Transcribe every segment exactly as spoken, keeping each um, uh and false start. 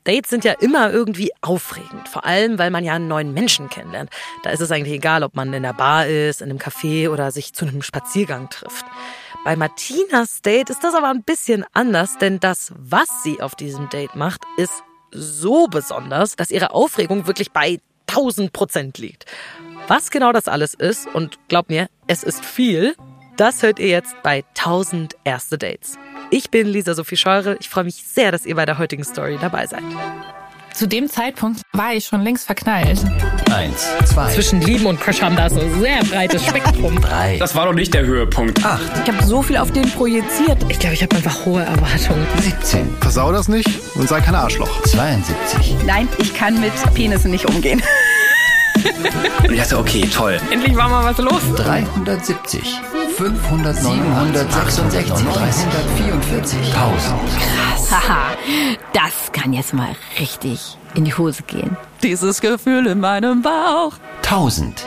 Dates sind ja immer irgendwie aufregend, vor allem, weil man ja einen neuen Menschen kennenlernt. Da ist es eigentlich egal, ob man in der Bar ist, in einem Café oder sich zu einem Spaziergang trifft. Bei Martinas Date ist das aber ein bisschen anders, denn das, was sie auf diesem Date macht, ist so besonders, dass ihre Aufregung wirklich bei tausend Prozent liegt. Was genau das alles ist, und glaubt mir, es ist viel, das hört ihr jetzt bei tausend erste Dates. Ich bin Lisa Sophie Scheure. Ich freue mich sehr, dass ihr bei der heutigen Story dabei seid. Zu dem Zeitpunkt war ich schon längst verknallt. Eins, zwei. Zwischen Lieben und Crush haben da so ein sehr breites Spektrum. Drei. Das war doch nicht der Höhepunkt. Acht. Ich habe so viel auf den projiziert. Ich glaube, ich habe einfach hohe Erwartungen. Siebzehn. Versau das nicht und sei kein Arschloch. Zweiundsiebzig. Nein, ich kann mit Penissen nicht umgehen. Und ich dachte, okay, toll. Endlich war mal was los. dreihundertsiebzig. fünfhundert, siebenhundertsechsundsechzig, dreihundertvierundvierzig, tausend. Haha, das kann jetzt mal richtig in die Hose gehen. Dieses Gefühl in meinem Bauch. tausend.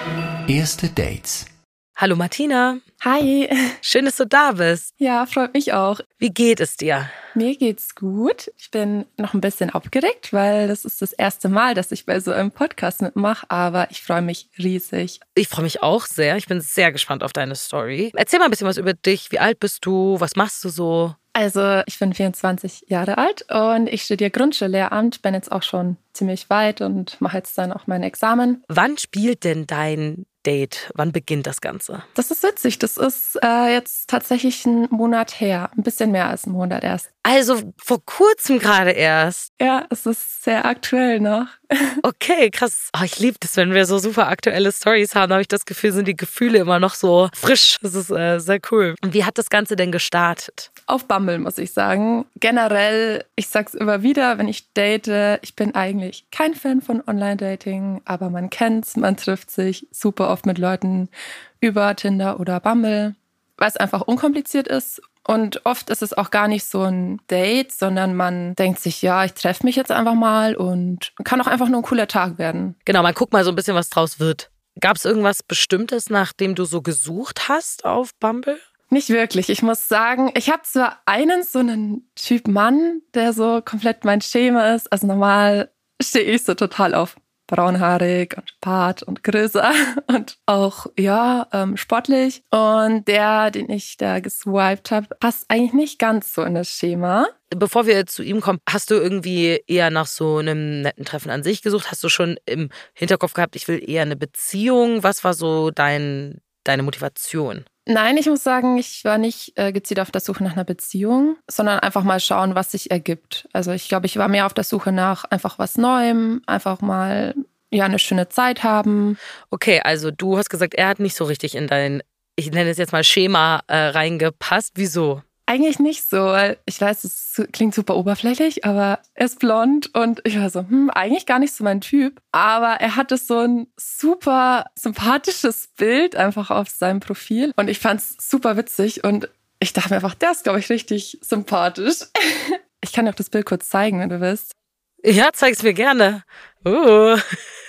Erste Dates. Hallo Martina. Hi. Schön, dass du da bist. Ja, freut mich auch. Wie geht es dir? Mir geht's gut. Ich bin noch ein bisschen aufgeregt, weil das ist das erste Mal, dass ich bei so einem Podcast mitmache, aber ich freue mich riesig. Ich freue mich auch sehr. Ich bin sehr gespannt auf deine Story. Erzähl mal ein bisschen was über dich. Wie alt bist du? Was machst du so? Also ich bin vierundzwanzig Jahre alt und ich studiere Grundschullehramt, bin jetzt auch schon ziemlich weit und mache jetzt dann auch mein Examen. Wann spielt denn dein Date? Wann beginnt das Ganze? Das ist witzig. Das ist äh, jetzt tatsächlich ein Monat her. Ein bisschen mehr als ein Monat erst. Also vor kurzem gerade erst. Ja, es ist sehr aktuell noch. Okay, krass. Oh, ich liebe das, wenn wir so super aktuelle Storys haben. Da habe ich das Gefühl, sind die Gefühle immer noch so frisch. Das ist äh, sehr cool. Und wie hat das Ganze denn gestartet? Auf Bumble, muss ich sagen. Generell, ich sag's immer wieder, wenn ich date, ich bin eigentlich kein Fan von Online-Dating, aber man kennt's, man trifft sich super oft mit Leuten über Tinder oder Bumble, weil es einfach unkompliziert ist. Und oft ist es auch gar nicht so ein Date, sondern man denkt sich, ja, ich treffe mich jetzt einfach mal und kann auch einfach nur ein cooler Tag werden. Genau, man guckt mal so ein bisschen, was draus wird. Gab es irgendwas Bestimmtes, nachdem du so gesucht hast auf Bumble? Nicht wirklich. Ich muss sagen, ich habe zwar einen so einen Typ Mann, der so komplett mein Schema ist. Also normal stehe ich so total auf braunhaarig und Bart und größer und auch, ja, ähm, sportlich. Und der, den ich da geswiped habe, passt eigentlich nicht ganz so in das Schema. Bevor wir zu ihm kommen, hast du irgendwie eher nach so einem netten Treffen an sich gesucht? Hast du schon im Hinterkopf gehabt, ich will eher eine Beziehung? Was war so dein, deine Motivation? Nein, ich muss sagen, ich war nicht äh, gezielt auf der Suche nach einer Beziehung, sondern einfach mal schauen, was sich ergibt. Also ich glaube, ich war mehr auf der Suche nach einfach was Neuem, einfach mal ja eine schöne Zeit haben. Okay, also du hast gesagt, er hat nicht so richtig in dein, ich nenne es jetzt mal Schema äh, reingepasst. Wieso? Eigentlich nicht so, weil ich weiß, es klingt super oberflächlich, aber er ist blond und ich war so, hm, eigentlich gar nicht so mein Typ. Aber er hatte so ein super sympathisches Bild einfach auf seinem Profil und ich fand es super witzig und ich dachte mir einfach, der ist, glaube ich, richtig sympathisch. Ich kann dir auch das Bild kurz zeigen, wenn du willst. Ja, zeig's mir gerne. Uh.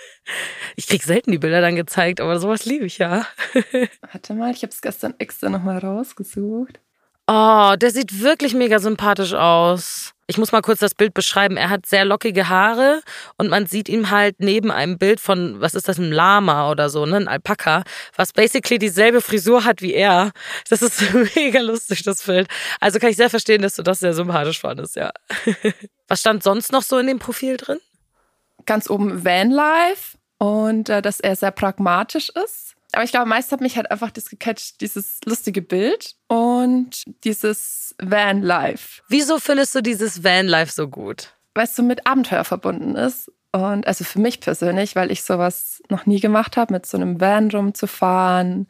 Ich krieg selten die Bilder dann gezeigt, aber sowas liebe ich ja. Warte mal, ich habe es gestern extra nochmal rausgesucht. Oh, der sieht wirklich mega sympathisch aus. Ich muss mal kurz das Bild beschreiben. Er hat sehr lockige Haare und man sieht ihn halt neben einem Bild von, was ist das, ein Lama oder so, ne, ein Alpaka, was basically dieselbe Frisur hat wie er. Das ist mega lustig, das Bild. Also kann ich sehr verstehen, dass du das sehr sympathisch fandest, ja. Was stand sonst noch so in dem Profil drin? Ganz oben Vanlife und äh, dass er sehr pragmatisch ist. Aber ich glaube, meist hat mich halt einfach das gecatcht, dieses lustige Bild und dieses Vanlife. Wieso findest du dieses Vanlife so gut? Weil es so mit Abenteuer verbunden ist. Und also für mich persönlich, weil ich sowas noch nie gemacht habe, mit so einem Van rumzufahren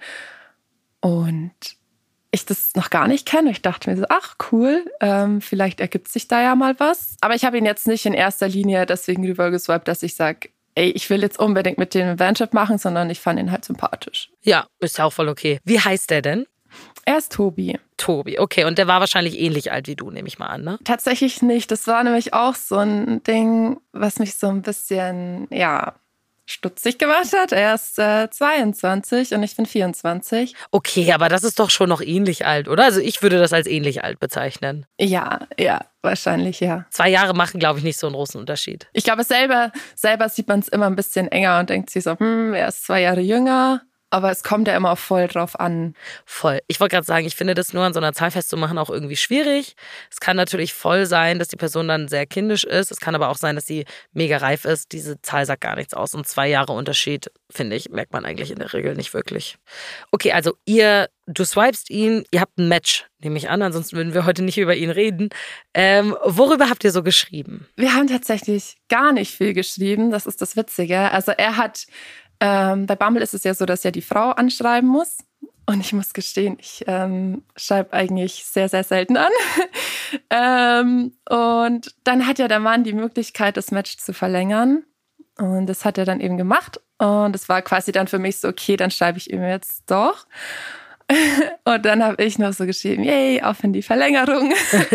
und ich das noch gar nicht kenne. Ich dachte mir so, ach cool, ähm, vielleicht ergibt sich da ja mal was. Aber ich habe ihn jetzt nicht in erster Linie deswegen rübergeswiped, dass ich sage, ey, ich will jetzt unbedingt mit dem Vantrip machen, sondern ich fand ihn halt sympathisch. Ja, ist ja auch voll okay. Wie heißt der denn? Er ist Tobi. Tobi, okay. Und der war wahrscheinlich ähnlich alt wie du, nehme ich mal an, ne? Tatsächlich nicht. Das war nämlich auch so ein Ding, was mich so ein bisschen, ja, stutzig gemacht hat. Er ist äh, zweiundzwanzig und ich bin vierundzwanzig. Okay, aber das ist doch schon noch ähnlich alt, oder? Also ich würde das als ähnlich alt bezeichnen. Ja, ja, wahrscheinlich ja. Zwei Jahre machen, glaube ich, nicht so einen großen Unterschied. Ich glaube, selber, selber sieht man es immer ein bisschen enger und denkt sich so, hm, er ist zwei Jahre jünger. Aber es kommt ja immer voll drauf an. Voll. Ich wollte gerade sagen, ich finde das nur an so einer Zahl festzumachen auch irgendwie schwierig. Es kann natürlich voll sein, dass die Person dann sehr kindisch ist. Es kann aber auch sein, dass sie mega reif ist. Diese Zahl sagt gar nichts aus. Und zwei Jahre Unterschied, finde ich, merkt man eigentlich in der Regel nicht wirklich. Okay, also ihr, du swipest ihn, ihr habt ein Match, nehme ich an. Ansonsten würden wir heute nicht über ihn reden. Ähm, worüber habt ihr so geschrieben? Wir haben tatsächlich gar nicht viel geschrieben. Das ist das Witzige. Also er hat... Ähm, bei Bumble ist es ja so, dass er die Frau anschreiben muss. Und ich muss gestehen, ich ähm, schreibe eigentlich sehr, sehr selten an. ähm, und dann hat ja der Mann die Möglichkeit, das Match zu verlängern. Und das hat er dann eben gemacht. Und es war quasi dann für mich so, okay, dann schreibe ich ihm jetzt doch. Und dann habe ich noch so geschrieben, yay, auf in die Verlängerung.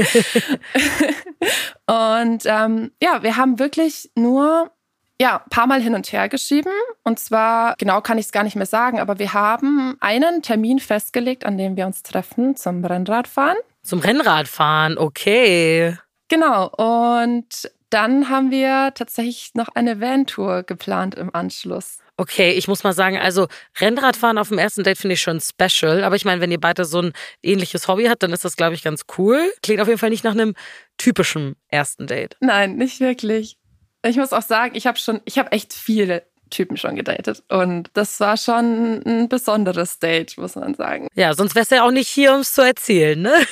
Und ähm, ja, wir haben wirklich nur... Ja, ein paar Mal hin und her geschrieben. Und zwar, genau kann ich es gar nicht mehr sagen, aber wir haben einen Termin festgelegt, an dem wir uns treffen zum Rennradfahren. Zum Rennradfahren, okay. Genau, und dann haben wir tatsächlich noch eine Van-Tour geplant im Anschluss. Okay, ich muss mal sagen, also Rennradfahren auf dem ersten Date finde ich schon special. Aber ich meine, wenn ihr beide so ein ähnliches Hobby habt, dann ist das, glaube ich, ganz cool. Klingt auf jeden Fall nicht nach einem typischen ersten Date. Nein, nicht wirklich. Ich muss auch sagen, ich habe schon, ich habe echt viele Typen schon gedatet. Und das war schon ein besonderes Date, muss man sagen. Ja, sonst wärst du ja auch nicht hier, um es zu erzählen, ne?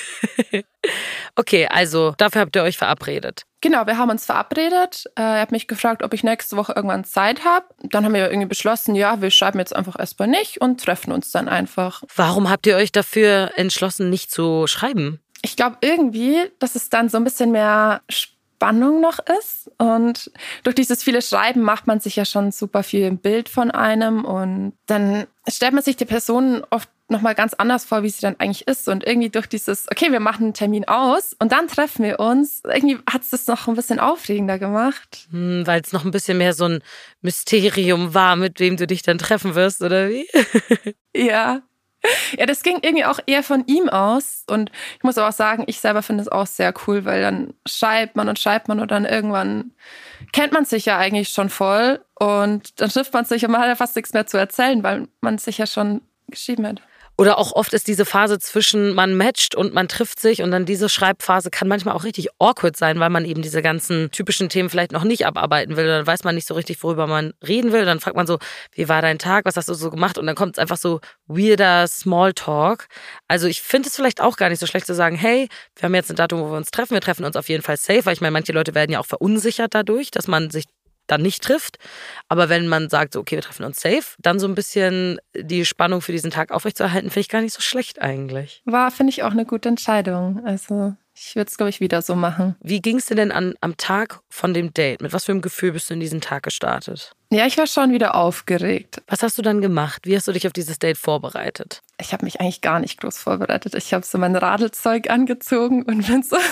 Okay, also dafür habt ihr euch verabredet. Genau, wir haben uns verabredet. Er hat mich gefragt, ob ich nächste Woche irgendwann Zeit habe. Dann haben wir irgendwie beschlossen, ja, wir schreiben jetzt einfach erstmal nicht und treffen uns dann einfach. Warum habt ihr euch dafür entschlossen, nicht zu schreiben? Ich glaube irgendwie, dass es dann so ein bisschen mehr Spannung noch ist. Und durch dieses viele Schreiben macht man sich ja schon super viel im Bild von einem. Und dann stellt man sich die Person oft nochmal ganz anders vor, wie sie dann eigentlich ist. Und irgendwie durch dieses, okay, wir machen einen Termin aus und dann treffen wir uns, irgendwie hat es das noch ein bisschen aufregender gemacht. Hm, weil es noch ein bisschen mehr so ein Mysterium war, mit wem du dich dann treffen wirst, oder wie? Ja. Ja, das ging irgendwie auch eher von ihm aus. Und ich muss aber auch sagen, ich selber finde es auch sehr cool, weil dann schreibt man und schreibt man und dann irgendwann kennt man sich ja eigentlich schon voll. Und dann trifft man sich und man hat ja fast nichts mehr zu erzählen, weil man sich ja schon geschrieben hat. Oder auch oft ist diese Phase zwischen man matcht und man trifft sich und dann diese Schreibphase kann manchmal auch richtig awkward sein, weil man eben diese ganzen typischen Themen vielleicht noch nicht abarbeiten will. Dann weiß man nicht so richtig, worüber man reden will. Dann fragt man so, wie war dein Tag, was hast du so gemacht? Und dann kommt es einfach so weirder Smalltalk. Also ich finde es vielleicht auch gar nicht so schlecht zu sagen, hey, wir haben jetzt ein Datum, wo wir uns treffen. Wir treffen uns auf jeden Fall safe, weil ich meine, manche Leute werden ja auch verunsichert dadurch, dass man sich dann nicht trifft. Aber wenn man sagt, so, okay, wir treffen uns safe, dann so ein bisschen die Spannung für diesen Tag aufrechtzuerhalten, finde ich gar nicht so schlecht eigentlich. War, finde ich, auch eine gute Entscheidung. Also ich würde es, glaube ich, wieder so machen. Wie ging es dir denn an, am Tag von dem Date? Mit was für einem Gefühl bist du in diesen Tag gestartet? Ja, ich war schon wieder aufgeregt. Was hast du dann gemacht? Wie hast du dich auf dieses Date vorbereitet? Ich habe mich eigentlich gar nicht groß vorbereitet. Ich habe so mein Radelzeug angezogen und bin so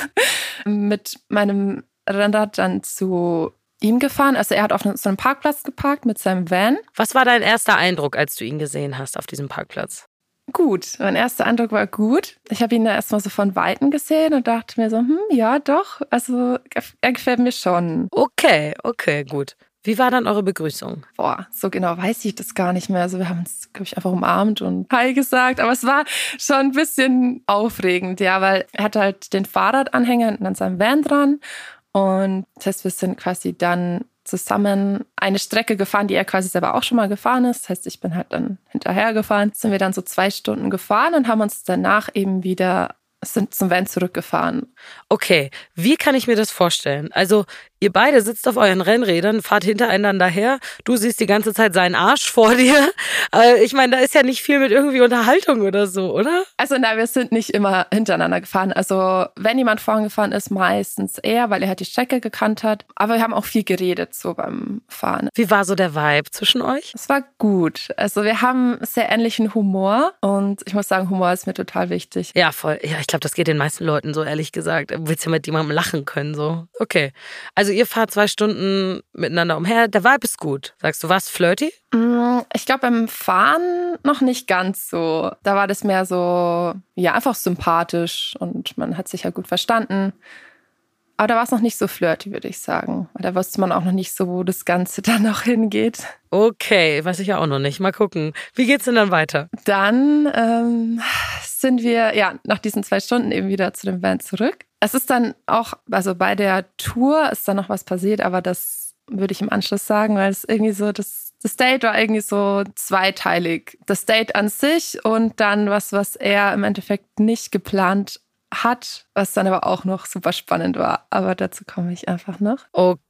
mit meinem Rennrad dann zu ihm gefahren. Also er hat auf so einem Parkplatz geparkt mit seinem Van. Was war dein erster Eindruck, als du ihn gesehen hast auf diesem Parkplatz? Gut, mein erster Eindruck war gut. Ich habe ihn da erstmal so von Weitem gesehen und dachte mir so, hm, ja doch, also er gefällt mir schon. Okay, okay, gut. Wie war dann eure Begrüßung? Boah, so genau weiß ich das gar nicht mehr. Also wir haben uns, glaube ich, einfach umarmt und Hi gesagt. Aber es war schon ein bisschen aufregend, ja, weil er hatte halt den Fahrradanhänger an seinem Van dran. Und das heißt, wir sind quasi dann zusammen eine Strecke gefahren, die er quasi selber auch schon mal gefahren ist. Das heißt, ich bin halt dann hinterher gefahren. Sind wir dann so zwei Stunden gefahren und haben uns danach eben wieder sind zum Van zurückgefahren. Okay, wie kann ich mir das vorstellen? Also ihr beide sitzt auf euren Rennrädern, fahrt hintereinander her, du siehst die ganze Zeit seinen Arsch vor dir. Äh, ich meine, da ist ja nicht viel mit irgendwie Unterhaltung oder so, oder? Also nein, wir sind nicht immer hintereinander gefahren. Also wenn jemand vorn gefahren ist, meistens er, weil er halt die Strecke gekannt hat. Aber wir haben auch viel geredet so beim Fahren. Wie war so der Vibe zwischen euch? Es war gut. Also wir haben sehr ähnlichen Humor und ich muss sagen, Humor ist mir total wichtig. Ja, voll. Ja, ich glaube, das geht den meisten Leuten so, ehrlich gesagt. Du willst ja mit jemandem lachen können, so. Okay. Also Also ihr fahrt zwei Stunden miteinander umher. Der Vibe ist gut. Sagst du, war's flirty? Ich glaube, beim Fahren noch nicht ganz so. Da war das mehr so, ja, einfach sympathisch und man hat sich ja gut verstanden. Aber da war es noch nicht so flirty, würde ich sagen. Da wusste man auch noch nicht so, wo das Ganze dann noch hingeht. Okay, weiß ich ja auch noch nicht. Mal gucken. Wie geht's denn dann weiter? Dann ähm, sind wir ja nach diesen zwei Stunden eben wieder zu dem Van zurück. Es ist dann auch, also bei der Tour ist dann noch was passiert, aber das würde ich im Anschluss sagen, weil es irgendwie so, das, das Date war irgendwie so zweiteilig. Das Date an sich und dann was, was er im Endeffekt nicht geplant hat, was dann aber auch noch super spannend war. Aber dazu komme ich einfach noch.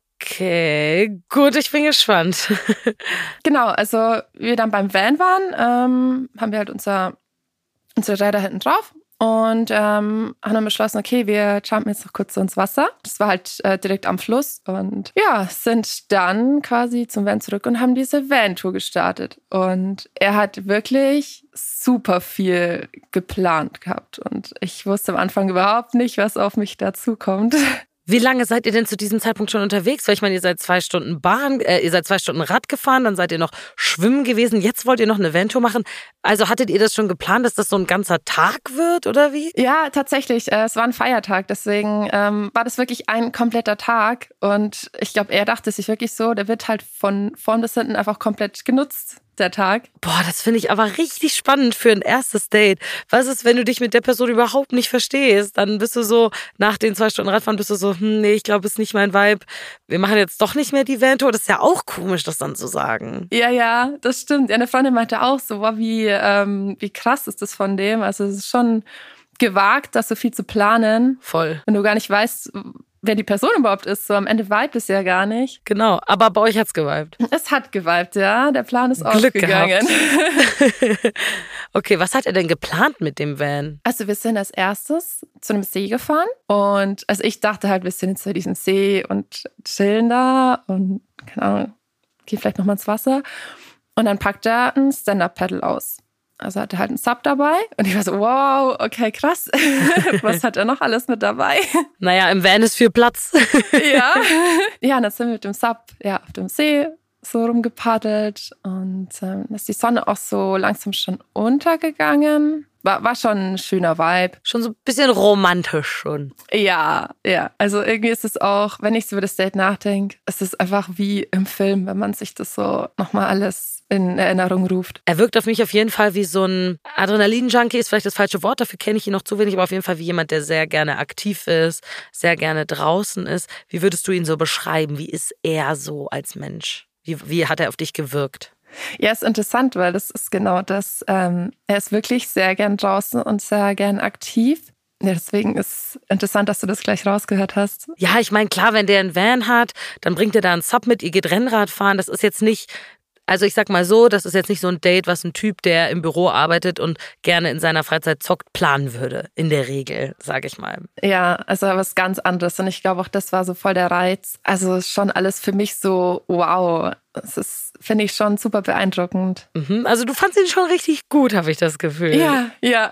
Okay, gut, ich bin gespannt. Genau, also wir dann beim Van waren, ähm, haben wir halt unser, unsere Räder hinten drauf und ähm, haben dann beschlossen, okay, wir jumpen jetzt noch kurz ins Wasser. Das war halt äh, direkt am Fluss und ja, sind dann quasi zum Van zurück und haben diese Van-Tour gestartet. Und er hat wirklich super viel geplant gehabt und ich wusste am Anfang überhaupt nicht, was auf mich dazukommt. Wie lange seid ihr denn zu diesem Zeitpunkt schon unterwegs? Weil ich meine, ihr seid zwei Stunden Bahn, äh, ihr seid zwei Stunden Rad gefahren, dann seid ihr noch schwimmen gewesen. Jetzt wollt ihr noch eine Van-Tour machen. Also hattet ihr das schon geplant, dass das so ein ganzer Tag wird oder wie? Ja, tatsächlich. Äh, es war ein Feiertag, deswegen ähm, war das wirklich ein kompletter Tag. Und ich glaube, er dachte sich wirklich so, der wird halt von vorn bis hinten einfach komplett genutzt. Der Tag. Boah, das finde ich aber richtig spannend für ein erstes Date. Was ist, wenn du dich mit der Person überhaupt nicht verstehst? Dann bist du so, nach den zwei Stunden Radfahren bist du so, hm, nee, ich glaube, es ist nicht mein Vibe. Wir machen jetzt doch nicht mehr die Van-Tour. Das ist ja auch komisch, das dann zu sagen. Ja, ja, das stimmt. Ja, eine Freundin meinte auch so, wow, wie, ähm, wie krass ist das von dem? Also es ist schon gewagt, das so viel zu planen. Voll. Wenn du gar nicht weißt, wer die Person überhaupt ist. So am Ende vibet es ja gar nicht. Genau, aber bei euch hat's geweibt. Es hat geweibt, ja. Der Plan ist Glück aufgegangen. Gehabt. Okay, was hat er denn geplant mit dem Van? Also wir sind als erstes zu einem See gefahren und also ich dachte halt, wir sind jetzt zu diesem See und chillen da und keine Ahnung, gehen vielleicht nochmal ins Wasser und dann packt er ein Stand-Up-Paddle aus. Also hat er halt einen Sub dabei und ich war so, wow, okay, krass. Was hat er noch alles mit dabei? Naja, im Van ist viel Platz. Ja. Ja, und dann sind wir mit dem Sub ja, auf dem See so rumgepaddelt und ähm, ist die Sonne auch so langsam schon untergegangen. War, war schon ein schöner Vibe. Schon so ein bisschen romantisch schon. Ja, ja. Also irgendwie ist es auch, wenn ich so über das Date nachdenke, ist es einfach wie im Film, wenn man sich das so nochmal alles in Erinnerung ruft. Er wirkt auf mich auf jeden Fall wie so ein Adrenalin-Junkie, ist vielleicht das falsche Wort, dafür kenne ich ihn noch zu wenig, aber auf jeden Fall wie jemand, der sehr gerne aktiv ist, sehr gerne draußen ist. Wie würdest du ihn so beschreiben? Wie ist er so als Mensch? Wie, wie hat er auf dich gewirkt? Ja, ist interessant, weil das ist genau das. Ähm, er ist wirklich sehr gern draußen und sehr gern aktiv. Ja, deswegen ist interessant, dass du das gleich rausgehört hast. Ja, ich meine, klar, wenn der einen Van hat, dann bringt er da einen Sub mit, ihr geht Rennrad fahren. Das ist jetzt nicht, also ich sag mal so, das ist jetzt nicht so ein Date, was ein Typ, der im Büro arbeitet und gerne in seiner Freizeit zockt, planen würde. In der Regel, sage ich mal. Ja, also was ganz anderes. Und ich glaube auch, das war so voll der Reiz. Also schon alles für mich so, wow. Das ist, finde ich, schon super beeindruckend. Mhm, also du fandst ihn schon richtig gut, habe ich das Gefühl. Ja, ja.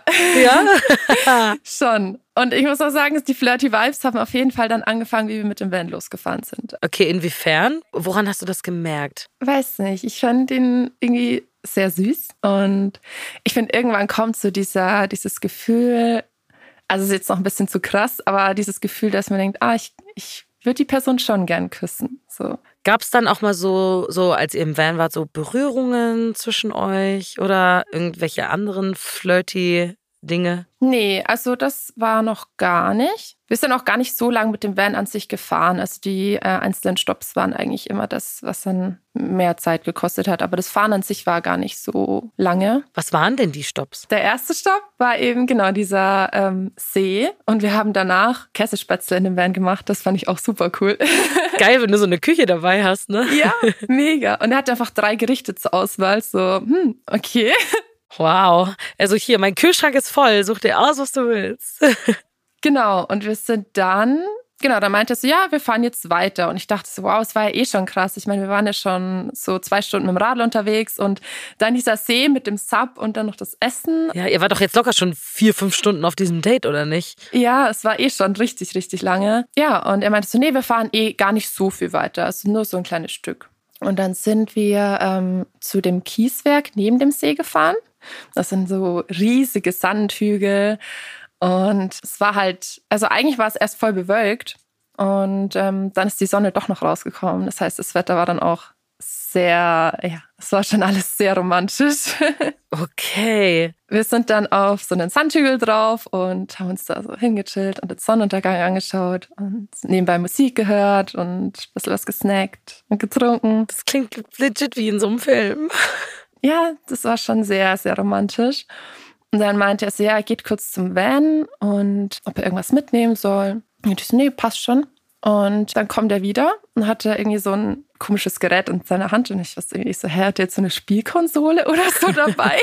Ja? Schon. Und ich muss auch sagen, die Flirty Vibes haben auf jeden Fall dann angefangen, wie wir mit dem Van losgefahren sind. Okay, inwiefern? Woran hast du das gemerkt? Weiß nicht. Ich fand ihn irgendwie sehr süß. Und ich finde, irgendwann kommt so dieser, dieses Gefühl, also es ist jetzt noch ein bisschen zu krass, aber dieses Gefühl, dass man denkt, ah, ich, ich würde die Person schon gern küssen. So. Gab es dann auch mal so, so, als ihr im Van wart, so Berührungen zwischen euch oder irgendwelche anderen flirty Dinge? Nee, also das war noch gar nicht. Wir sind auch gar nicht so lange mit dem Van an sich gefahren. Also die äh, einzelnen Stopps waren eigentlich immer das, was dann mehr Zeit gekostet hat. Aber das Fahren an sich war gar nicht so lange. Was waren denn die Stopps? Der erste Stopp war eben genau dieser ähm, See. Und wir haben danach Käsespätzle in dem Van gemacht. Das fand ich auch super cool. Geil, wenn du so eine Küche dabei hast, ne? Ja, mega. Und er hatte einfach drei Gerichte zur Auswahl. So, hm, okay. Wow. Also hier, mein Kühlschrank ist voll. Such dir aus, was du willst. Genau. Und wir sind dann genau, dann meinte er so, ja, wir fahren jetzt weiter. Und ich dachte so, wow, es war ja eh schon krass. Ich meine, wir waren ja schon so zwei Stunden mit dem Radl unterwegs und dann dieser See mit dem Sub und dann noch das Essen. Ja, ihr wart doch jetzt locker schon vier, fünf Stunden auf diesem Date, oder nicht? Ja, es war eh schon richtig, richtig lange. Ja, und er meinte so, nee, wir fahren eh gar nicht so viel weiter. Also nur so ein kleines Stück. Und dann sind wir ähm, zu dem Kieswerk neben dem See gefahren. Das sind so riesige Sandhügel. Und es war halt, also eigentlich war es erst voll bewölkt. Und ähm, dann ist die Sonne doch noch rausgekommen. Das heißt, das Wetter war dann auch sehr, ja, es war schon alles sehr romantisch. Okay. Wir sind dann auf so einen Sandhügel drauf und haben uns da so hingechillt und den Sonnenuntergang angeschaut und nebenbei Musik gehört und ein bisschen was gesnackt und getrunken. Das klingt legit wie in so einem Film. Ja, das war schon sehr, sehr romantisch. Und dann meinte er so, ja, er geht kurz zum Van und ob er irgendwas mitnehmen soll. Und ich so, nee, passt schon. Und dann kommt er wieder und hatte irgendwie so ein komisches Gerät in seiner Hand. Und ich wusste irgendwie so, hä, hat er jetzt so eine Spielkonsole oder so dabei?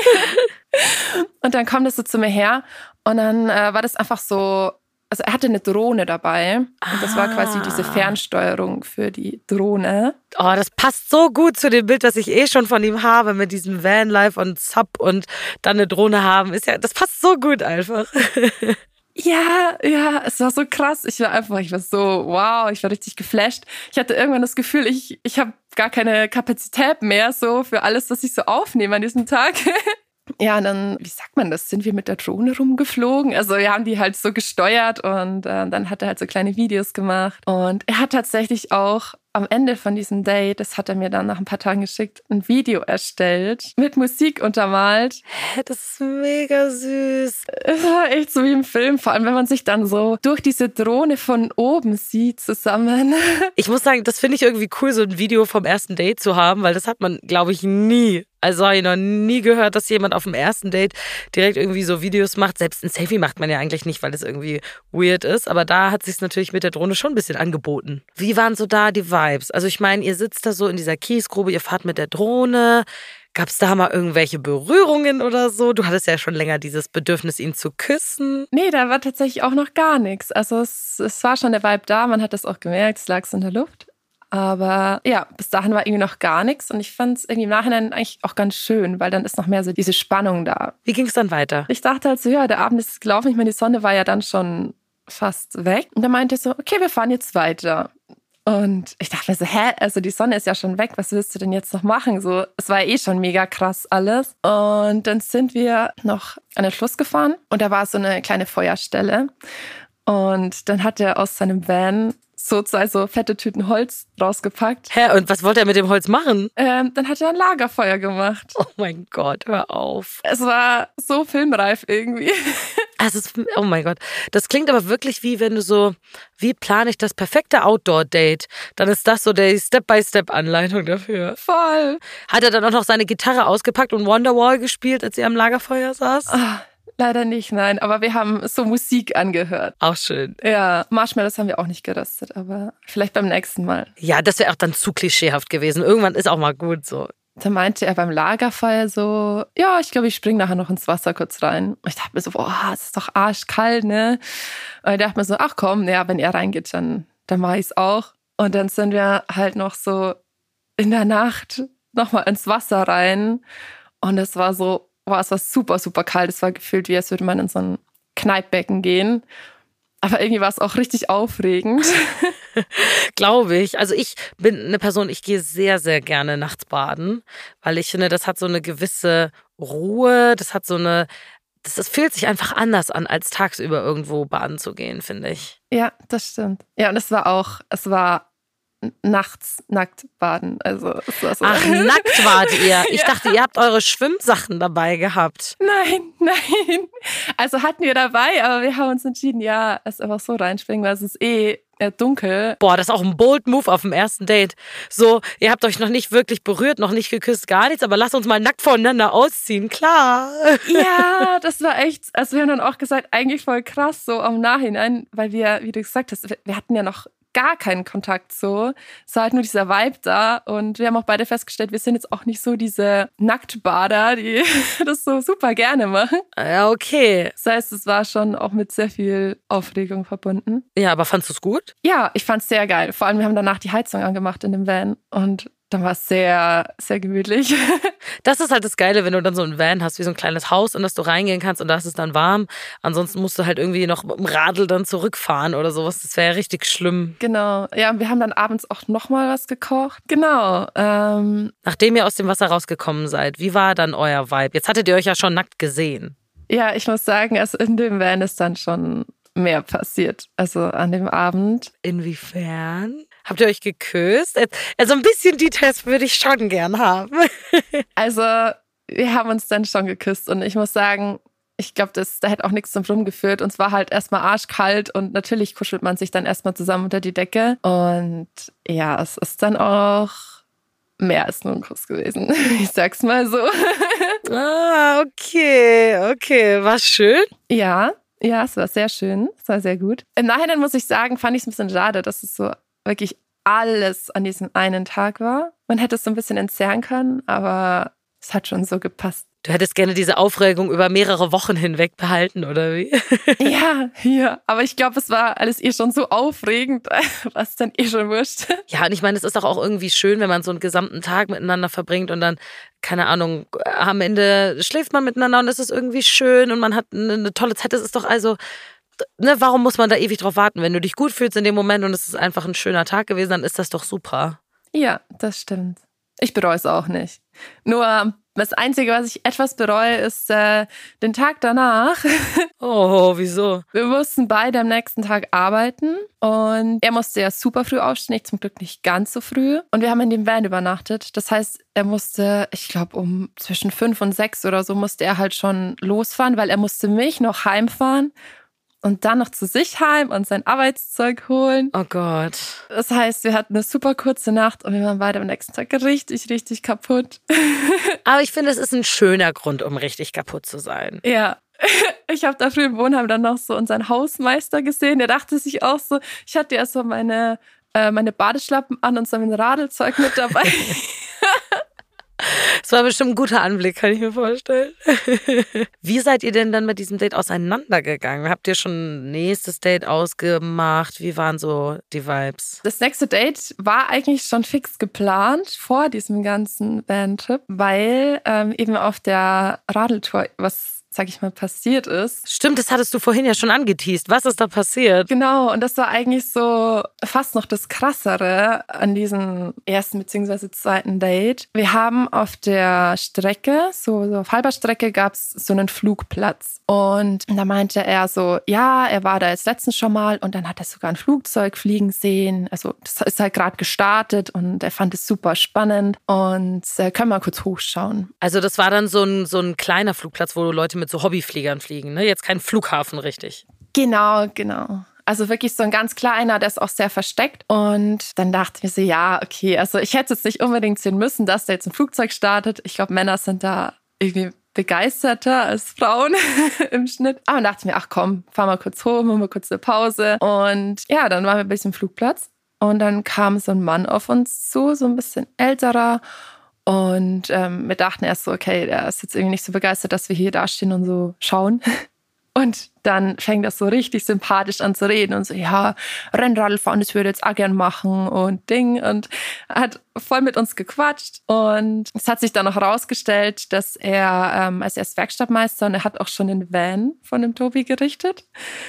Und dann kommt er so zu mir her und dann äh, war das einfach so, also er hatte eine Drohne dabei. Und das war quasi diese Fernsteuerung für die Drohne. Oh, das passt so gut zu dem Bild, das ich eh schon von ihm habe, mit diesem Vanlife und Sub und dann eine Drohne haben. Ist ja, das passt so gut einfach. Ja, ja, es war so krass. Ich war einfach, ich war so, wow, ich war richtig geflasht. Ich hatte irgendwann das Gefühl, ich, ich habe gar keine Kapazität mehr so für alles, was ich so aufnehme an diesem Tag. Ja, und dann, wie sagt man das, sind wir mit der Drohne rumgeflogen. Also wir haben die halt so gesteuert und äh, dann hat er halt so kleine Videos gemacht. Und er hat tatsächlich auch am Ende von diesem Date, das hat er mir dann nach ein paar Tagen geschickt, ein Video erstellt, mit Musik untermalt. Hä, das ist mega süß. Es war echt so wie im Film, vor allem wenn man sich dann so durch diese Drohne von oben sieht zusammen. Ich muss sagen, das finde ich irgendwie cool, so ein Video vom ersten Date zu haben, weil das hat man, glaube ich, nie. Also habe ich noch nie gehört, dass jemand auf dem ersten Date direkt irgendwie so Videos macht. Selbst ein Selfie macht man ja eigentlich nicht, weil das irgendwie weird ist. Aber da hat sich es natürlich mit der Drohne schon ein bisschen angeboten. Wie waren so da die Vibes? Also ich meine, ihr sitzt da so in dieser Kiesgrube, ihr fahrt mit der Drohne. Gab es da mal irgendwelche Berührungen oder so? Du hattest ja schon länger dieses Bedürfnis, ihn zu küssen. Nee, da war tatsächlich auch noch gar nichts. Also es, es war schon der Vibe da, man hat das auch gemerkt, es lag so in der Luft. Aber ja, bis dahin war irgendwie noch gar nichts und ich fand es irgendwie im Nachhinein eigentlich auch ganz schön, weil dann ist noch mehr so diese Spannung da. Wie ging es dann weiter? Ich dachte halt so, ja, der Abend ist gelaufen, ich meine, die Sonne war ja dann schon fast weg. Und dann meinte er so, okay, wir fahren jetzt weiter. Und ich dachte mir so, hä, also die Sonne ist ja schon weg, was willst du denn jetzt noch machen? So, es war eh schon mega krass alles. Und dann sind wir noch an den Fluss gefahren und da war so eine kleine Feuerstelle. Und dann hat er aus seinem Van so zwei so fette Tüten Holz rausgepackt. Hä, und was wollte er mit dem Holz machen? Ähm, dann hat er ein Lagerfeuer gemacht. Oh mein Gott, hör auf. Es war so filmreif irgendwie. Also, oh mein Gott. Das klingt aber wirklich wie wenn du so, wie plane ich das perfekte Outdoor-Date? Dann ist das so die Step-by-Step-Anleitung dafür. Voll. Hat er dann auch noch seine Gitarre ausgepackt und Wonderwall gespielt, als ihr am Lagerfeuer saß? Ah, leider nicht, nein. Aber wir haben so Musik angehört. Auch schön. Ja, Marshmallows haben wir auch nicht geröstet, aber vielleicht beim nächsten Mal. Ja, das wäre auch dann zu klischeehaft gewesen. Irgendwann ist auch mal gut so. Da meinte er beim Lagerfeuer so, ja, ich glaube, ich springe nachher noch ins Wasser kurz rein. Und ich dachte mir so, boah, es ist doch arschkalt, ne? Und ich dachte mir so, ach komm, ja, wenn er reingeht, dann, dann mache ich es auch. Und dann sind wir halt noch so in der Nacht nochmal ins Wasser rein. Und es war so, boah, es war super, super kalt. Es war gefühlt, wie als würde man in so ein Kneippbecken gehen. Aber irgendwie war es auch richtig aufregend. Glaube ich. Also ich bin eine Person, ich gehe sehr, sehr gerne nachts baden, weil ich finde, das hat so eine gewisse Ruhe, das hat so eine, das, das fühlt sich einfach anders an, als tagsüber irgendwo baden zu gehen, finde ich. Ja, das stimmt. Ja, und es war auch, es war nachts nackt baden. Also, es war so. Ach, nackt wart ihr? Ich ja. dachte, ihr habt eure Schwimmsachen dabei gehabt. Nein, nein. Also hatten wir dabei, aber wir haben uns entschieden, ja, es einfach so reinspringen, weil es ist eh dunkel. Boah, das ist auch ein bold Move auf dem ersten Date. So, ihr habt euch noch nicht wirklich berührt, noch nicht geküsst, gar nichts, aber lasst uns mal nackt voneinander ausziehen, klar. Ja, das war echt, also wir haben dann auch gesagt, eigentlich voll krass, so am Nachhinein, weil wir, wie du gesagt hast, wir hatten ja noch gar keinen Kontakt so. Es war halt nur dieser Vibe da und wir haben auch beide festgestellt, wir sind jetzt auch nicht so diese Nacktbader, die das so super gerne machen. Ja, okay. Das heißt, es war schon auch mit sehr viel Aufregung verbunden. Ja, aber fandst du es gut? Ja, ich fand es sehr geil. Vor allem, wir haben danach die Heizung angemacht in dem Van und dann war es sehr, sehr gemütlich. Das ist halt das Geile, wenn du dann so ein Van hast, wie so ein kleines Haus, in das du reingehen kannst und da ist es dann warm. Ansonsten musst du halt irgendwie noch mit dem Radl dann zurückfahren oder sowas. Das wäre ja richtig schlimm. Genau. Ja, wir haben dann abends auch nochmal was gekocht. Genau. Ähm, Nachdem ihr aus dem Wasser rausgekommen seid, wie war dann euer Vibe? Jetzt hattet ihr euch ja schon nackt gesehen. Ja, ich muss sagen, also in dem Van ist dann schon mehr passiert. Also an dem Abend. Inwiefern? Habt ihr euch geküsst? Also ein bisschen Details würde ich schon gern haben. Also wir haben uns dann schon geküsst und ich muss sagen, ich glaube, da hätte auch nichts zum Rum geführt. Und es war halt erstmal arschkalt und natürlich kuschelt man sich dann erstmal zusammen unter die Decke. Und ja, es ist dann auch mehr als nur ein Kuss gewesen. Ich sag's mal so. Ah, okay, okay. War schön? Ja, ja, es war sehr schön. Es war sehr gut. Im Nachhinein muss ich sagen, fand ich es ein bisschen schade, dass es so wirklich alles an diesem einen Tag war. Man hätte es so ein bisschen entzerren können, aber es hat schon so gepasst. Du hättest gerne diese Aufregung über mehrere Wochen hinweg behalten, oder wie? Ja, ja. Aber ich glaube, es war alles eh schon so aufregend, was dann eh schon wurscht. Ja, und ich meine, es ist doch auch irgendwie schön, wenn man so einen gesamten Tag miteinander verbringt und dann, keine Ahnung, am Ende schläft man miteinander und es ist irgendwie schön und man hat eine, eine tolle Zeit. Das ist doch also... Ne, warum muss man da ewig drauf warten? Wenn du dich gut fühlst in dem Moment und es ist einfach ein schöner Tag gewesen, dann ist das doch super. Ja, das stimmt. Ich bereue es auch nicht. Nur das Einzige, was ich etwas bereue, ist äh, den Tag danach. Oh, wieso? Wir mussten beide am nächsten Tag arbeiten und er musste ja super früh aufstehen, ich zum Glück nicht ganz so früh. Und wir haben in dem Van übernachtet. Das heißt, er musste, ich glaube um zwischen fünf und sechs oder so musste er halt schon losfahren, weil er musste mich noch heimfahren. Und dann noch zu sich heim und sein Arbeitszeug holen. Oh Gott. Das heißt, wir hatten eine super kurze Nacht und wir waren beide am nächsten Tag richtig, richtig kaputt. Aber ich finde, es ist ein schöner Grund, um richtig kaputt zu sein. Ja. Ich habe da früh im Wohnheim dann noch so unseren Hausmeister gesehen. Der dachte sich auch so, ich hatte ja so meine, äh, meine Badeschlappen an und so mein Radelzeug mit dabei. Es war bestimmt ein guter Anblick, kann ich mir vorstellen. Wie seid ihr denn dann mit diesem Date auseinandergegangen? Habt ihr schon ein nächstes Date ausgemacht? Wie waren so die Vibes? Das nächste Date war eigentlich schon fix geplant vor diesem ganzen Van-Trip, weil ähm, eben auf der Radeltour was, sag ich mal, passiert ist. Stimmt, das hattest du vorhin ja schon angeteast. Was ist da passiert? Genau, und das war eigentlich so fast noch das Krassere an diesem ersten bzw. zweiten Date. Wir haben auf der Strecke, so, so auf halber Strecke, gab es so einen Flugplatz. Und da meinte er so, ja, er war da jetzt letztens schon mal und dann hat er sogar ein Flugzeug fliegen sehen. Also das ist halt gerade gestartet und er fand es super spannend. Und äh, können wir mal kurz hochschauen. Also das war dann so ein, so ein kleiner Flugplatz, wo Leute mit so Hobbyfliegern fliegen, ne? Jetzt kein Flughafen, richtig? Genau, genau. Also wirklich so ein ganz kleiner, der ist auch sehr versteckt. Und dann dachte ich mir so, ja, okay, also ich hätte jetzt nicht unbedingt sehen müssen, dass da jetzt ein Flugzeug startet. Ich glaube, Männer sind da irgendwie begeisterter als Frauen im Schnitt. Aber dann dachte ich mir, ach komm, fahr mal kurz hoch, machen wir kurz eine Pause. Und ja, dann waren wir bei diesem Flugplatz. Und dann kam so ein Mann auf uns zu, so ein bisschen älterer. Und ähm, wir dachten erst so, okay, der ist jetzt irgendwie nicht so begeistert, dass wir hier dastehen und so schauen. Und dann fängt das so richtig sympathisch an zu reden und so, ja, Rennradfahren, das würde ich jetzt auch gern machen und Ding. Und hat voll mit uns gequatscht. Und es hat sich dann noch herausgestellt, dass er, ähm, also er ist Werkstattmeister und er hat auch schon den Van von dem Tobi gerichtet.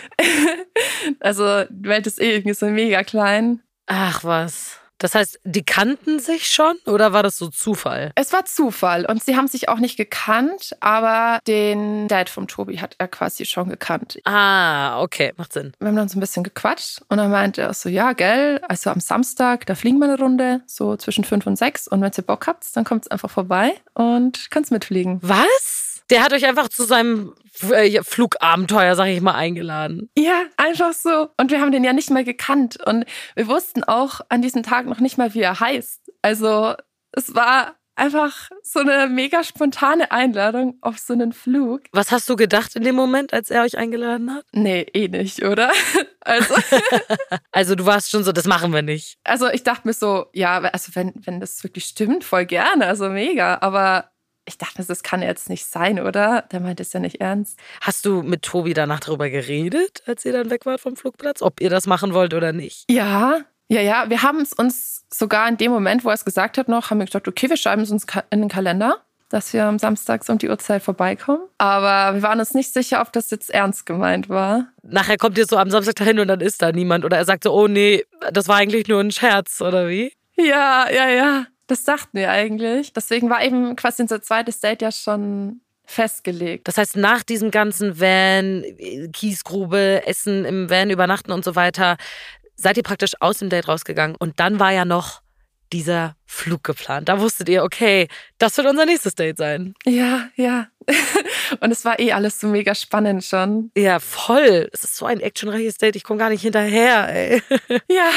Also die Welt ist eh irgendwie so mega klein. Ach was. Das heißt, die kannten sich schon oder war das so Zufall? Es war Zufall und sie haben sich auch nicht gekannt, aber den Dad vom Tobi hat er quasi schon gekannt. Ah, okay, macht Sinn. Wir haben dann so ein bisschen gequatscht und dann meinte er so, ja, gell, also am Samstag, da fliegen wir eine Runde, so zwischen fünf und sechs und wenn ihr Bock habt, dann kommt es einfach vorbei und kannst mitfliegen. Was? Der hat euch einfach zu seinem Flugabenteuer, sag ich mal, eingeladen. Ja, einfach so. Und wir haben den ja nicht mal gekannt. Und wir wussten auch an diesem Tag noch nicht mal, wie er heißt. Also es war einfach so eine mega spontane Einladung auf so einen Flug. Was hast du gedacht in dem Moment, als er euch eingeladen hat? Nee, eh nicht, oder? Also, also du warst schon so, das machen wir nicht. Also ich dachte mir so, ja, also wenn, wenn das wirklich stimmt, voll gerne, also mega. Aber ich dachte mir, das kann jetzt nicht sein, oder? Der meint es ja nicht ernst. Hast du mit Tobi danach darüber geredet, als ihr dann weg wart vom Flugplatz, ob ihr das machen wollt oder nicht? Ja, ja, ja. Wir haben es uns sogar in dem Moment, wo er es gesagt hat, noch, haben wir gesagt, okay, wir schreiben es uns in den Kalender, dass wir am Samstag um die Uhrzeit vorbeikommen. Aber wir waren uns nicht sicher, ob das jetzt ernst gemeint war. Nachher kommt ihr so am Samstag dahin und dann ist da niemand. Oder er sagt so, oh nee, das war eigentlich nur ein Scherz, oder wie? Ja, ja, ja. Das dachten wir eigentlich. Deswegen war eben quasi unser zweites Date ja schon festgelegt. Das heißt, nach diesem ganzen Van, Kiesgrube, Essen im Van, übernachten und so weiter, seid ihr praktisch aus dem Date rausgegangen. Und dann war ja noch dieser Flug geplant. Da wusstet ihr, okay, das wird unser nächstes Date sein. Ja, ja. Und es war eh alles so mega spannend schon. Ja, voll. Es ist so ein actionreiches Date. Ich komme gar nicht hinterher, ey. Ja.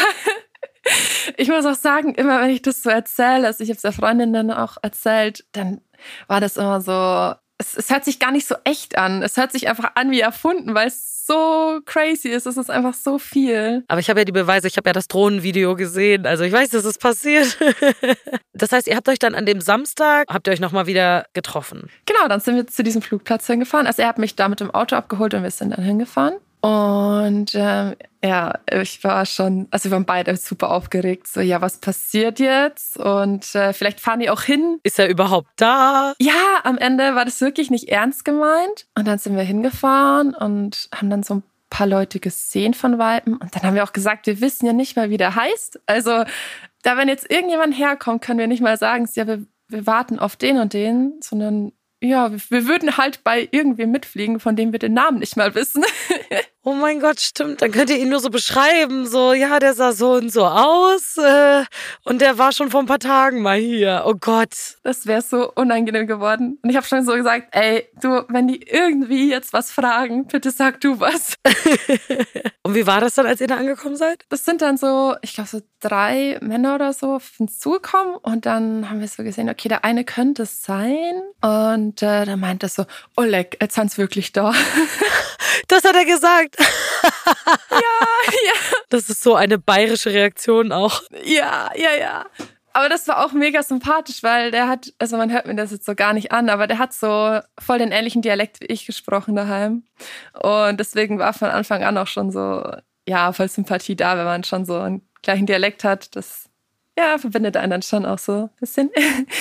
Ich muss auch sagen, immer wenn ich das so erzähle, also ich habe es der Freundin dann auch erzählt, dann war das immer so, es, es hört sich gar nicht so echt an. Es hört sich einfach an wie erfunden, weil es so crazy ist. Es ist einfach so viel. Aber ich habe ja die Beweise, ich habe ja das Drohnenvideo gesehen. Also ich weiß, dass es passiert. Das heißt, ihr habt euch dann an dem Samstag, habt ihr euch nochmal wieder getroffen? Genau, dann sind wir zu diesem Flugplatz hingefahren. Also er hat mich da mit dem Auto abgeholt und wir sind dann hingefahren. Und ähm, ja, ich war schon, also wir waren beide super aufgeregt. So, ja, was passiert jetzt? Und äh, vielleicht fahren die auch hin. Ist er überhaupt da? Ja, am Ende war das wirklich nicht ernst gemeint. Und dann sind wir hingefahren und haben dann so ein paar Leute gesehen von Weitem. Und dann haben wir auch gesagt, wir wissen ja nicht mal, wie der heißt. Also da, wenn jetzt irgendjemand herkommt, können wir nicht mal sagen, ja, wir, wir warten auf den und den, sondern ja, wir würden halt bei irgendwem mitfliegen, von dem wir den Namen nicht mal wissen. Oh mein Gott, stimmt. Dann könnt ihr ihn nur so beschreiben. So, ja, der sah so und so aus. Äh, und der war schon vor ein paar Tagen mal hier. Oh Gott. Das wäre so unangenehm geworden. Und ich habe schon so gesagt, ey, du, wenn die irgendwie jetzt was fragen, bitte sag du was. Und wie war das dann, als ihr da angekommen seid? Das sind dann so, ich glaube, so drei Männer oder so auf uns zugekommen. Und dann haben wir so gesehen, okay, der eine könnte es sein. Und äh, dann meinte er so, Oleg, jetzt sind sie wirklich da. Das hat er gesagt. Ja, ja. Das ist so eine bayerische Reaktion auch. Ja, ja, ja. Aber das war auch mega sympathisch, weil der hat, also man hört mir das jetzt so gar nicht an, aber der hat so voll den ähnlichen Dialekt wie ich gesprochen daheim. Und deswegen war von Anfang an auch schon so, ja, voll Sympathie da, wenn man schon so einen gleichen Dialekt hat. Das, ja, verbindet einen dann schon auch so ein bisschen.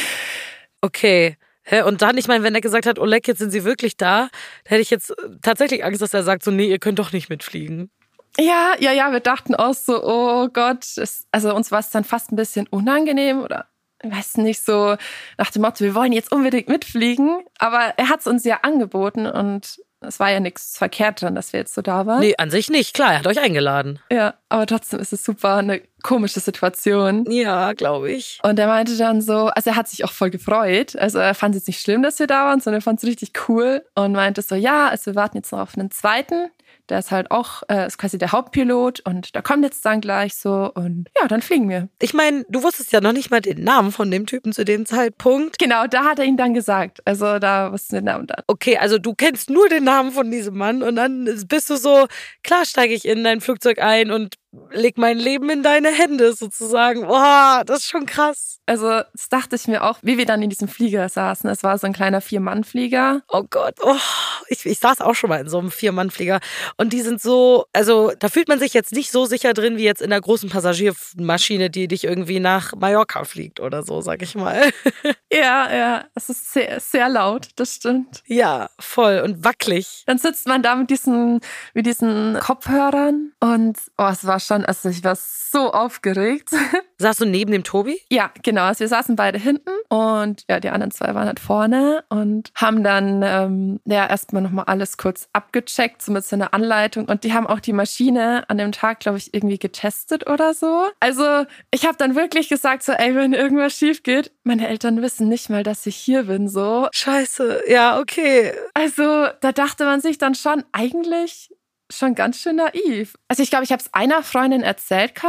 Okay. Und dann, ich meine, wenn er gesagt hat, Oleg, jetzt sind sie wirklich da, da hätte ich jetzt tatsächlich Angst, dass er sagt, so, nee, ihr könnt doch nicht mitfliegen. Ja, ja, ja, wir dachten auch so, oh Gott, es, also uns war es dann fast ein bisschen unangenehm oder, ich weiß nicht, so nach dem Motto, wir wollen jetzt unbedingt mitfliegen, aber er hat es uns ja angeboten und es war ja nichts verkehrt dran, dass wir jetzt so da waren. Nee, an sich nicht, klar, er hat euch eingeladen. Ja, aber trotzdem ist es super eine komische Situation. Ja, glaube ich. Und er meinte dann so, also er hat sich auch voll gefreut. Also er fand es jetzt nicht schlimm, dass wir da waren, sondern er fand es richtig cool und meinte so, ja, also wir warten jetzt noch auf einen zweiten. Der ist halt auch, äh, ist quasi der Hauptpilot und da kommt jetzt dann gleich so und ja, dann fliegen wir. Ich meine, du wusstest ja noch nicht mal den Namen von dem Typen zu dem Zeitpunkt. Genau, da hat er ihn dann gesagt. Also da wussten wir den Namen dann. Okay, also du kennst nur den Namen von diesem Mann und dann bist du so, klar steige ich in dein Flugzeug ein und leg mein Leben in deine Hände sozusagen. Boah, das ist schon krass. Also das dachte ich mir auch, wie wir dann in diesem Flieger saßen. Es war so ein kleiner Vier-Mann-Flieger. Oh Gott, oh, ich, ich saß auch schon mal in so einem Vier-Mann-Flieger und die sind so, also da fühlt man sich jetzt nicht so sicher drin wie jetzt in der großen Passagiermaschine, die dich irgendwie nach Mallorca fliegt oder so, sag ich mal. Ja, ja, es ist sehr, sehr laut, das stimmt. Ja, voll und wackelig. Dann sitzt man da mit diesen, mit diesen Kopfhörern und oh, es war schon, also ich war so aufgeregt. Saßt du neben dem Tobi? Ja, genau. Also wir saßen beide hinten und ja, die anderen zwei waren halt vorne und haben dann ähm, ja erstmal nochmal alles kurz abgecheckt, so mit so einer Anleitung. Und die haben auch die Maschine an dem Tag, glaube ich, irgendwie getestet oder so. Also ich habe dann wirklich gesagt so, ey, wenn irgendwas schief geht, meine Eltern wissen nicht mal, dass ich hier bin, so. Scheiße, ja, okay. Also da dachte man sich dann schon eigentlich schon ganz schön naiv. Also ich glaube, ich habe es einer Freundin erzählt gehabt,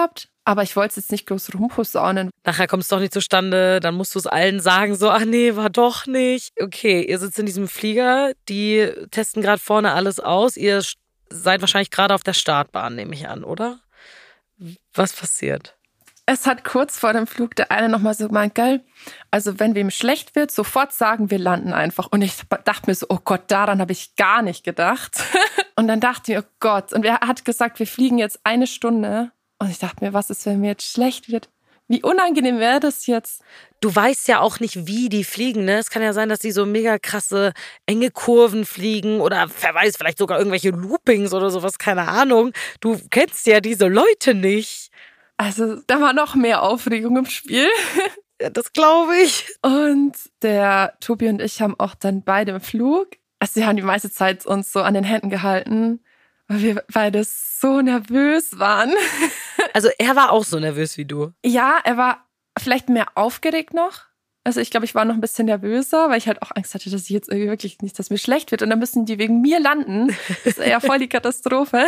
Aber ich wollte es jetzt nicht groß rumposaunen. Nachher kommt es doch nicht zustande, dann musst du es allen sagen, so, ach nee, war doch nicht. Okay, ihr sitzt in diesem Flieger, die testen gerade vorne alles aus. Ihr seid wahrscheinlich gerade auf der Startbahn, nehme ich an, oder? Was passiert? Es hat kurz vor dem Flug der eine nochmal so gemeint, gell, also wenn wem schlecht wird, sofort sagen, wir landen einfach. Und ich dachte mir so, oh Gott, daran habe ich gar nicht gedacht. Und dann dachte ich, oh Gott. Und er hat gesagt, wir fliegen jetzt eine Stunde. Und ich dachte mir, was ist, wenn mir jetzt schlecht wird? Wie unangenehm wäre das jetzt? Du weißt ja auch nicht, wie die fliegen, ne? Es kann ja sein, dass die so mega krasse, enge Kurven fliegen oder wer weiß, vielleicht sogar irgendwelche Loopings oder sowas, keine Ahnung. Du kennst ja diese Leute nicht. Also da war noch mehr Aufregung im Spiel. Ja, das glaube ich. Und der Tobi und ich haben auch dann beide im Flug, also sie haben die meiste Zeit uns so an den Händen gehalten, weil wir beide so nervös waren. Also er war auch so nervös wie du? Ja, er war vielleicht mehr aufgeregt noch. Also ich glaube, ich war noch ein bisschen nervöser, weil ich halt auch Angst hatte, dass ich jetzt irgendwie wirklich nicht, dass mir schlecht wird. Und dann müssen die wegen mir landen. Das ist ja voll die Katastrophe.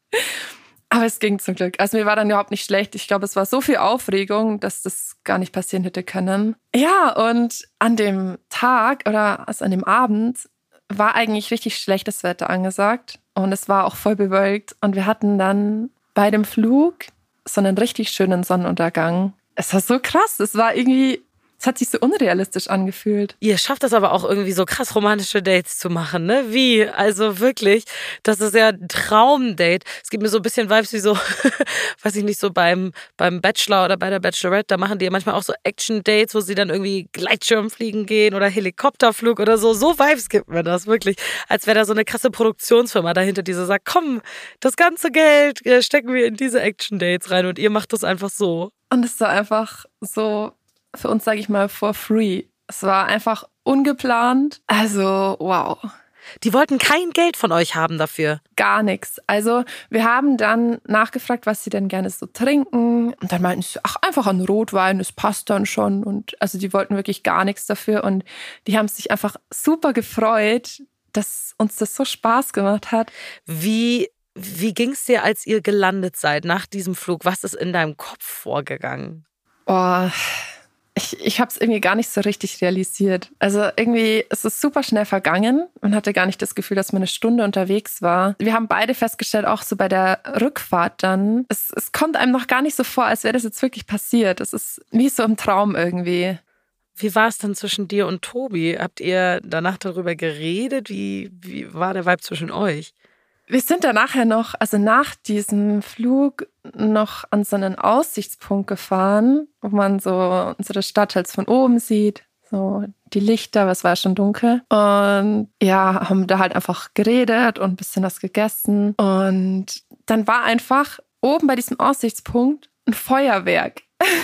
Aber es ging zum Glück. Also mir war dann überhaupt nicht schlecht. Ich glaube, es war so viel Aufregung, dass das gar nicht passieren hätte können. Ja, und an dem Tag oder also an dem Abend war eigentlich richtig schlechtes Wetter angesagt. Und es war auch voll bewölkt. Und wir hatten dann bei dem Flug so einen richtig schönen Sonnenuntergang. Es war so krass. Es war irgendwie... Es hat sich so unrealistisch angefühlt. Ihr schafft das aber auch irgendwie so krass romantische Dates zu machen, ne? Wie? Also wirklich, das ist ja ein Traumdate. Es gibt mir so ein bisschen Vibes wie so, weiß ich nicht, so beim, beim Bachelor oder bei der Bachelorette. Da machen die ja manchmal auch so Action-Dates, wo sie dann irgendwie Gleitschirmfliegen gehen oder Helikopterflug oder so. So Vibes gibt mir das wirklich. Als wäre da so eine krasse Produktionsfirma dahinter, die so sagt, komm, das ganze Geld stecken wir in diese Action-Dates rein und ihr macht das einfach so. Und es war einfach so... Für uns, sage ich mal, for free. Es war einfach ungeplant. Also, wow. Die wollten kein Geld von euch haben dafür? Gar nichts. Also, wir haben dann nachgefragt, was sie denn gerne so trinken. Und dann meinten sie, ach, einfach ein Rotwein, das passt dann schon. Und also, die wollten wirklich gar nichts dafür. Und die haben sich einfach super gefreut, dass uns das so Spaß gemacht hat. Wie, wie ging es dir, als ihr gelandet seid nach diesem Flug? Was ist in deinem Kopf vorgegangen? Oh... Ich, ich habe es irgendwie gar nicht so richtig realisiert. Also irgendwie ist es super schnell vergangen. Man hatte gar nicht das Gefühl, dass man eine Stunde unterwegs war. Wir haben beide festgestellt, auch so bei der Rückfahrt dann, es, es kommt einem noch gar nicht so vor, als wäre das jetzt wirklich passiert. Es ist wie so im Traum irgendwie. Wie war es dann zwischen dir und Tobi? Habt ihr danach darüber geredet? Wie, wie war der Vibe zwischen euch? Wir sind dann nachher noch, also nach diesem Flug, noch an so einen Aussichtspunkt gefahren, wo man so unsere Stadt halt von oben sieht. So die Lichter, aber es war schon dunkel. Und ja, haben da halt einfach geredet und ein bisschen was gegessen. Und dann war einfach oben bei diesem Aussichtspunkt ein Feuerwerk.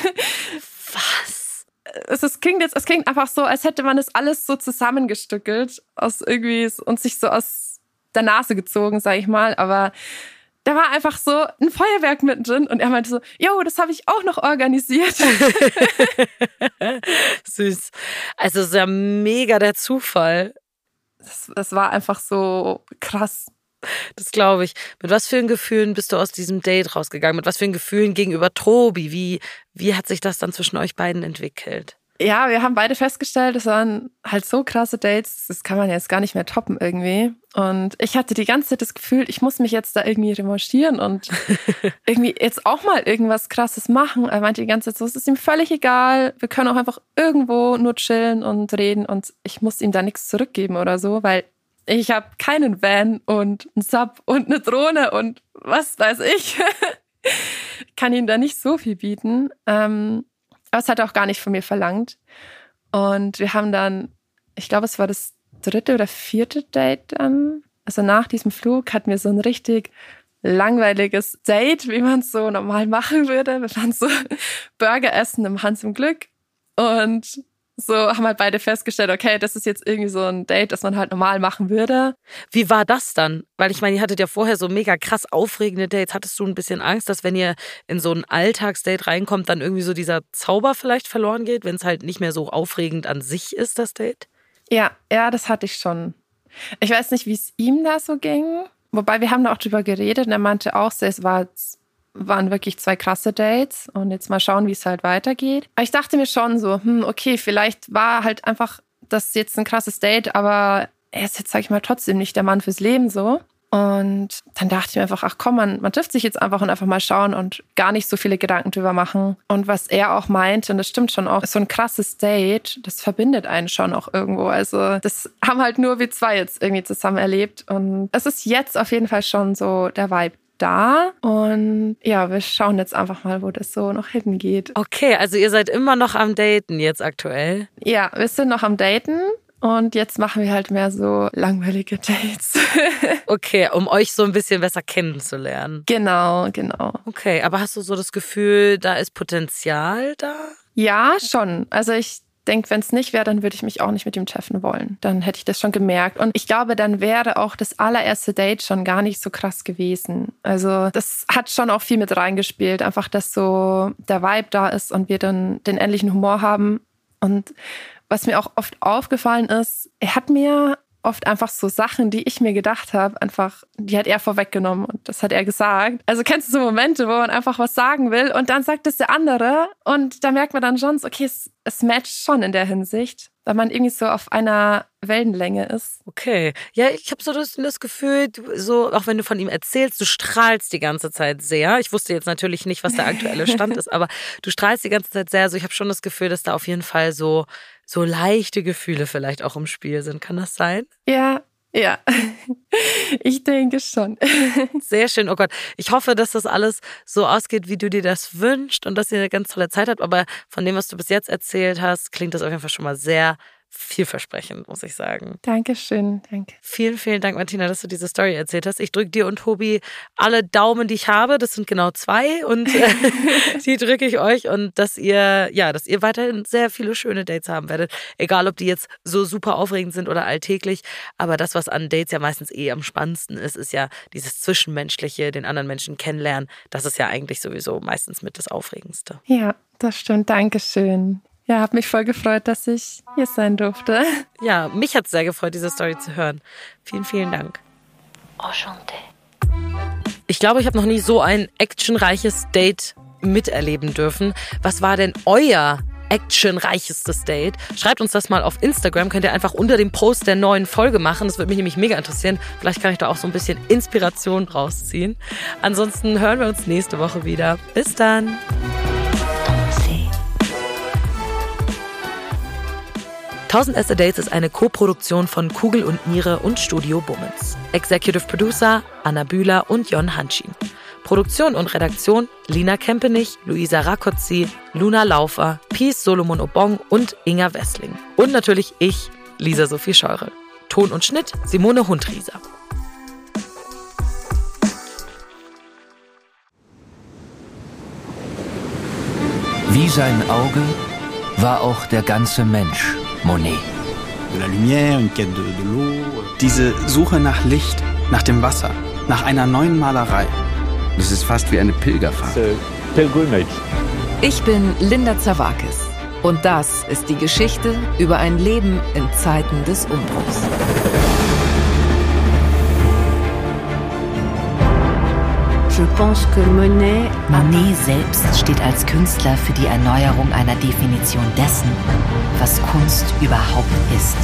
Was? Es, es, klingt jetzt, es klingt einfach so, als hätte man das alles so zusammengestückelt aus irgendwie und sich so aus der Nase gezogen, sag ich mal, aber da war einfach so ein Feuerwerk mittendrin und er meinte so, jo, das habe ich auch noch organisiert. Süß. Also es ist ja mega der Zufall. Das, das war einfach so krass. Das glaube ich. Mit was für Gefühlen bist du aus diesem Date rausgegangen? Mit was für Gefühlen gegenüber Tobi? Wie, wie hat sich das dann zwischen euch beiden entwickelt? Ja, wir haben beide festgestellt, es waren halt so krasse Dates, das kann man jetzt gar nicht mehr toppen irgendwie. Und ich hatte die ganze Zeit das Gefühl, ich muss mich jetzt da irgendwie revanchieren und irgendwie jetzt auch mal irgendwas Krasses machen. Er meinte die ganze Zeit so, es ist ihm völlig egal, wir können auch einfach irgendwo nur chillen und reden und ich muss ihm da nichts zurückgeben oder so, weil ich habe keinen Van und einen Sub und eine Drohne und was weiß ich. Kann ihm da nicht so viel bieten. Ähm, Aber es hat er auch gar nicht von mir verlangt. Und wir haben dann, ich glaube, es war das dritte oder vierte Date dann. Also nach diesem Flug hatten wir so ein richtig langweiliges Date, wie man es so normal machen würde. Wir waren so Burger essen im Hans im Glück. Und so haben halt beide festgestellt, okay, das ist jetzt irgendwie so ein Date, das man halt normal machen würde. Wie war das dann? Weil ich meine, ihr hattet ja vorher so mega krass aufregende Dates. Hattest du ein bisschen Angst, dass wenn ihr in so ein Alltagsdate reinkommt, dann irgendwie so dieser Zauber vielleicht verloren geht, wenn es halt nicht mehr so aufregend an sich ist, das Date? Ja, ja, das hatte ich schon. Ich weiß nicht, wie es ihm da so ging. Wobei, wir haben da auch drüber geredet und er meinte auch, es war waren wirklich zwei krasse Dates und jetzt mal schauen, wie es halt weitergeht. Aber ich dachte mir schon so, hm, okay, vielleicht war halt einfach das jetzt ein krasses Date, aber er ist jetzt, sag ich mal, trotzdem nicht der Mann fürs Leben so. Und dann dachte ich mir einfach, ach komm, man, man trifft sich jetzt einfach und einfach mal schauen und gar nicht so viele Gedanken drüber machen. Und was er auch meinte, und das stimmt schon auch, so ein krasses Date, das verbindet einen schon auch irgendwo. Also das haben halt nur wir zwei jetzt irgendwie zusammen erlebt. Und es ist jetzt auf jeden Fall schon so der Vibe da. Und ja, wir schauen jetzt einfach mal, wo das so noch hingeht. Okay, also ihr seid immer noch am Daten jetzt aktuell? Ja, wir sind noch am Daten. Und jetzt machen wir halt mehr so langweilige Dates. Okay, um euch so ein bisschen besser kennenzulernen. Genau, genau. Okay, aber hast du so das Gefühl, da ist Potenzial da? Ja, schon. Also ich denke, wenn es nicht wäre, dann würde ich mich auch nicht mit ihm treffen wollen. Dann hätte ich das schon gemerkt. Und ich glaube, dann wäre auch das allererste Date schon gar nicht so krass gewesen. Also das hat schon auch viel mit reingespielt. Einfach, dass so der Vibe da ist und wir dann den ähnlichen Humor haben. Und was mir auch oft aufgefallen ist, er hat mir oft einfach so Sachen, die ich mir gedacht habe, einfach, die hat er vorweggenommen und das hat er gesagt. Also kennst du so Momente, wo man einfach was sagen will und dann sagt es der andere und da merkt man dann schon, okay, es, es matcht schon in der Hinsicht, weil man irgendwie so auf einer Wellenlänge ist. Okay, ja, ich habe so das, das Gefühl, du, so auch wenn du von ihm erzählst, du strahlst die ganze Zeit sehr. Ich wusste jetzt natürlich nicht, was der aktuelle Stand ist, aber du strahlst die ganze Zeit sehr. Also ich habe schon das Gefühl, dass da auf jeden Fall so so leichte Gefühle vielleicht auch im Spiel sind. Kann das sein? Ja, ja. Ich denke schon. Sehr schön. Oh Gott, ich hoffe, dass das alles so ausgeht, wie du dir das wünschst und dass ihr eine ganz tolle Zeit habt. Aber von dem, was du bis jetzt erzählt hast, klingt das auf jeden Fall schon mal sehr vielversprechend, muss ich sagen. Dankeschön, danke. Vielen, vielen Dank, Martina, dass du diese Story erzählt hast. Ich drücke dir und Tobi alle Daumen, die ich habe. Das sind genau zwei und äh, die drücke ich euch und dass ihr, ja, dass ihr weiterhin sehr viele schöne Dates haben werdet. Egal, ob die jetzt so super aufregend sind oder alltäglich. Aber das, was an Dates ja meistens eh am spannendsten ist, ist ja dieses Zwischenmenschliche, den anderen Menschen kennenlernen. Das ist ja eigentlich sowieso meistens mit das Aufregendste. Ja, das stimmt. Dankeschön. Ja, habe mich voll gefreut, dass ich hier sein durfte. Ja, mich hat es sehr gefreut, diese Story zu hören. Vielen, vielen Dank. Enchanté. Ich glaube, ich habe noch nie so ein actionreiches Date miterleben dürfen. Was war denn euer actionreichestes Date? Schreibt uns das mal auf Instagram. Könnt ihr einfach unter dem Post der neuen Folge machen. Das würde mich nämlich mega interessieren. Vielleicht kann ich da auch so ein bisschen Inspiration rausziehen. Ansonsten hören wir uns nächste Woche wieder. Bis dann. tausend erste Dates ist eine Co-Produktion von Kugel und Niere und Studio Bummens. Executive Producer Anna Bühler und Jon Hanschin. Produktion und Redaktion Lina Kempenich, Luisa Rakotzi, Luna Laufer, Peace Solomon Obong und Inga Wessling. Und natürlich ich, Lisa Sophie Scheurel. Ton und Schnitt Simone Hundrieser. Wie sein Auge war auch der ganze Mensch Monet. Diese Suche nach Licht, nach dem Wasser, nach einer neuen Malerei. Das ist fast wie eine Pilgerfahrt. Ich bin Linda Zawakis und das ist die Geschichte über ein Leben in Zeiten des Umbruchs. Monet selbst steht als Künstler für die Erneuerung einer Definition dessen, was Kunst überhaupt ist.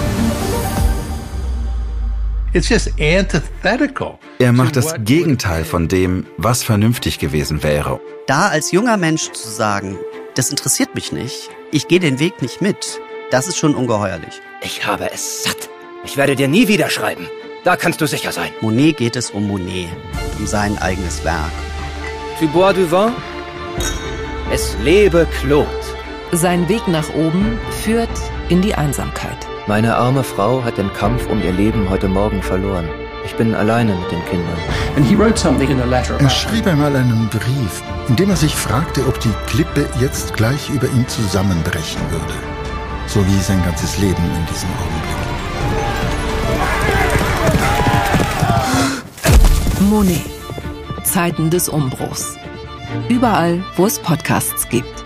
It's just antithetical. Er macht das Gegenteil von dem, was vernünftig gewesen wäre. Da als junger Mensch zu sagen, das interessiert mich nicht, ich gehe den Weg nicht mit, das ist schon ungeheuerlich. Ich habe es satt. Ich werde dir nie wieder schreiben. Da kannst du sicher sein. Monet geht es um Monet, um sein eigenes Werk. Tu bois du vin? Es lebe Claude. Sein Weg nach oben führt in die Einsamkeit. Meine arme Frau hat den Kampf um ihr Leben heute Morgen verloren. Ich bin alleine mit den Kindern. Er schrieb einmal einen Brief, in dem er sich fragte, ob die Klippe jetzt gleich über ihm zusammenbrechen würde. So wie sein ganzes Leben in diesem Augenblick. Monet. Zeiten des Umbruchs. Überall, wo es Podcasts gibt.